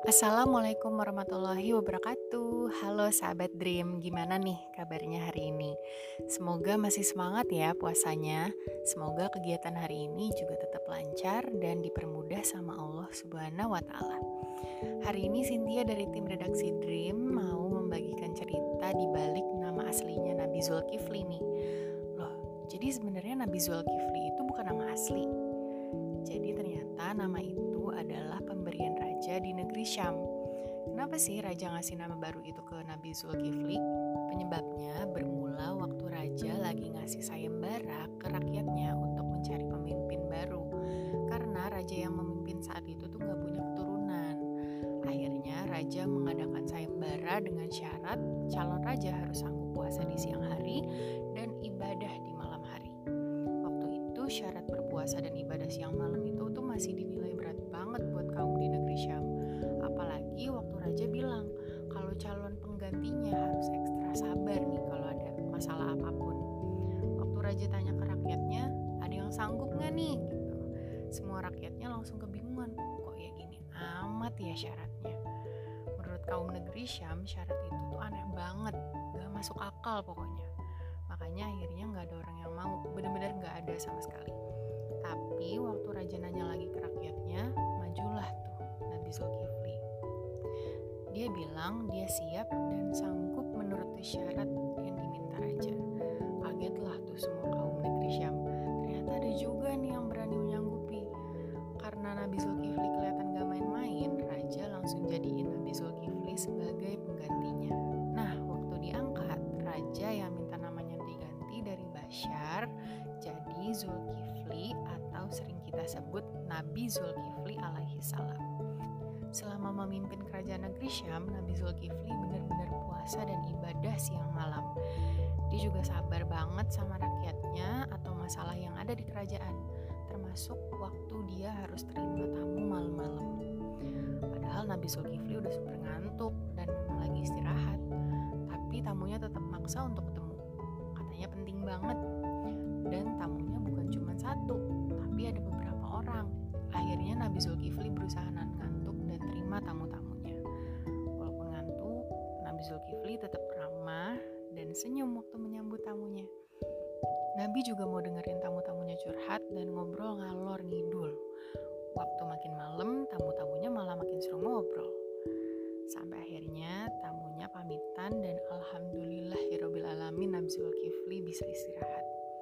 Assalamualaikum warahmatullahi wabarakatuh. Halo sahabat Dream, gimana nih kabarnya hari ini? Semoga masih semangat ya puasanya. Semoga kegiatan hari ini juga tetap lancar dan dipermudah sama Allah Subhanahu wa taala. Hari ini Cynthia dari tim redaksi Dream mau membagikan cerita di balik nama aslinya Nabi Zulkifli nih. Loh, jadi sebenarnya Nabi Zulkifli itu bukan nama asli. Jadi ternyata nama itu adalah pemberian raja di negeri Syam. Kenapa sih raja ngasih nama baru itu ke Nabi Zulkifli? Penyebabnya bermula waktu raja lagi ngasih sayembara ke rakyatnya untuk mencari pemimpin baru. Karena raja yang memimpin saat itu tuh gak punya keturunan. Akhirnya raja mengadakan sayembara dengan syarat calon raja harus sanggup puasa di siang hari dan ibadah di malam hari. Waktu itu syarat berpuasa dan ibadah siang malam itu tuh masih dinilai berat banget buat kaum di negeri Syam. Apalagi waktu raja bilang kalau calon penggantinya harus ekstra sabar nih kalau ada masalah apapun. Waktu raja tanya ke rakyatnya, ada yang sanggup gak nih? Gitu. Semua rakyatnya langsung kebingungan, kok ya gini amat ya syaratnya. Menurut kaum negeri Syam, syarat itu tuh aneh banget, gak masuk akal pokoknya. Makanya akhirnya gak ada orang yang mau, benar-benar gak ada sama sekali. Tapi waktu raja nanya lagi ke rakyatnya, majulah tuh Nabi Zulkifli. Dia bilang dia siap dan sanggup menuruti syarat yang diminta raja. Kagetlah tuh semua kaum negeri Syam. Ternyata ada juga nih yang berani menyanggupi. Karena Nabi Zulkifli kelihatan gak main-main, raja langsung jadiin Nabi Zulkifli sebagai penggantinya. Nah, waktu diangkat, raja yang minta namanya diganti dari Bashar jadi Zulkifli atau sering kita sebut Nabi Zulkifli alaihi salam. Selama memimpin kerajaan negeri Syam, Nabi Zulkifli benar-benar puasa dan ibadah siang malam. Dia juga sabar banget sama rakyatnya atau masalah yang ada di kerajaan, termasuk waktu dia harus terima tamu malam-malam. Padahal Nabi Zulkifli udah super ngantuk dan memang lagi istirahat, tapi tamunya tetap maksa untuk ketemu. Katanya penting banget. Dan tamunya bukan cuma satu, tapi ada beberapa orang. Akhirnya Nabi Zulkifli berusaha ngantuk dan terima tamu-tamunya. Walaupun ngantuk, Nabi Zulkifli tetap ramah dan senyum waktu menyambut tamunya. Nabi juga mau dengerin tamu-tamunya curhat dan ngobrol ngalor ngidul. Waktu makin malam, tamu-tamunya malah makin seru ngobrol. Sampai akhirnya tamunya pamitan dan alhamdulillahirabbil alamin Nabi Zulkifli bisa istirahat.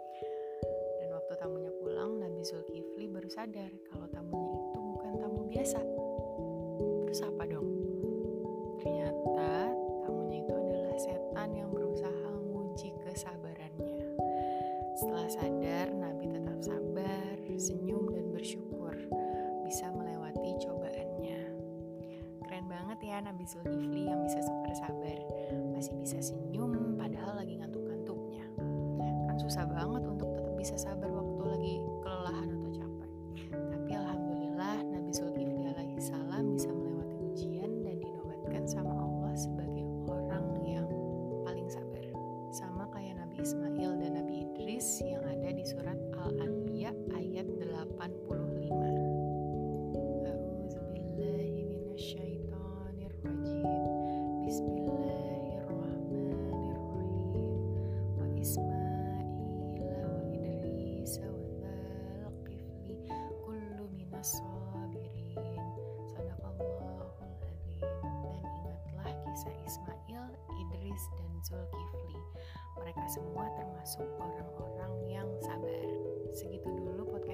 Dan waktu tamunya pulang, Nabi Zulkifli baru sadar kalau tamunya itu bukan tamu biasa. Terus apa dong? Ternyata tamunya itu adalah setan yang berusaha menguji kesabarannya. Setelah sadar, Nabi tetap sabar, senyum dan bersyukur bisa melewati cobaannya. Keren banget ya Nabi Zulkifli yang bisa super sabar, masih bisa senyum padahal lagi ngantuk-ngantuknya. Kan susah banget untuk tetap bisa sabar waktu lagi kelelahan atau capek. Tapi alhamdulillah Nabi Zulkifli alaihi salam bisa melewati ujian dan dinobatkan sama Allah sebagai orang yang paling sabar. Sama kayak Nabi Ismail dan Nabi Idris yang ada di surat Al-Anbiya ayat 85. A'udzubillahi minasyaitonirrajim. Bismillahirrahmanirrahim. Wa Ismaila wa Idrisa wa Dzulkifli kullu minas sabirin. Sadaqallahul adzim. Dan ingatlah kisah Ismail, Idris dan Zulkifli. Mereka semua termasuk orang-orang yang sabar. Segitu dulu podcast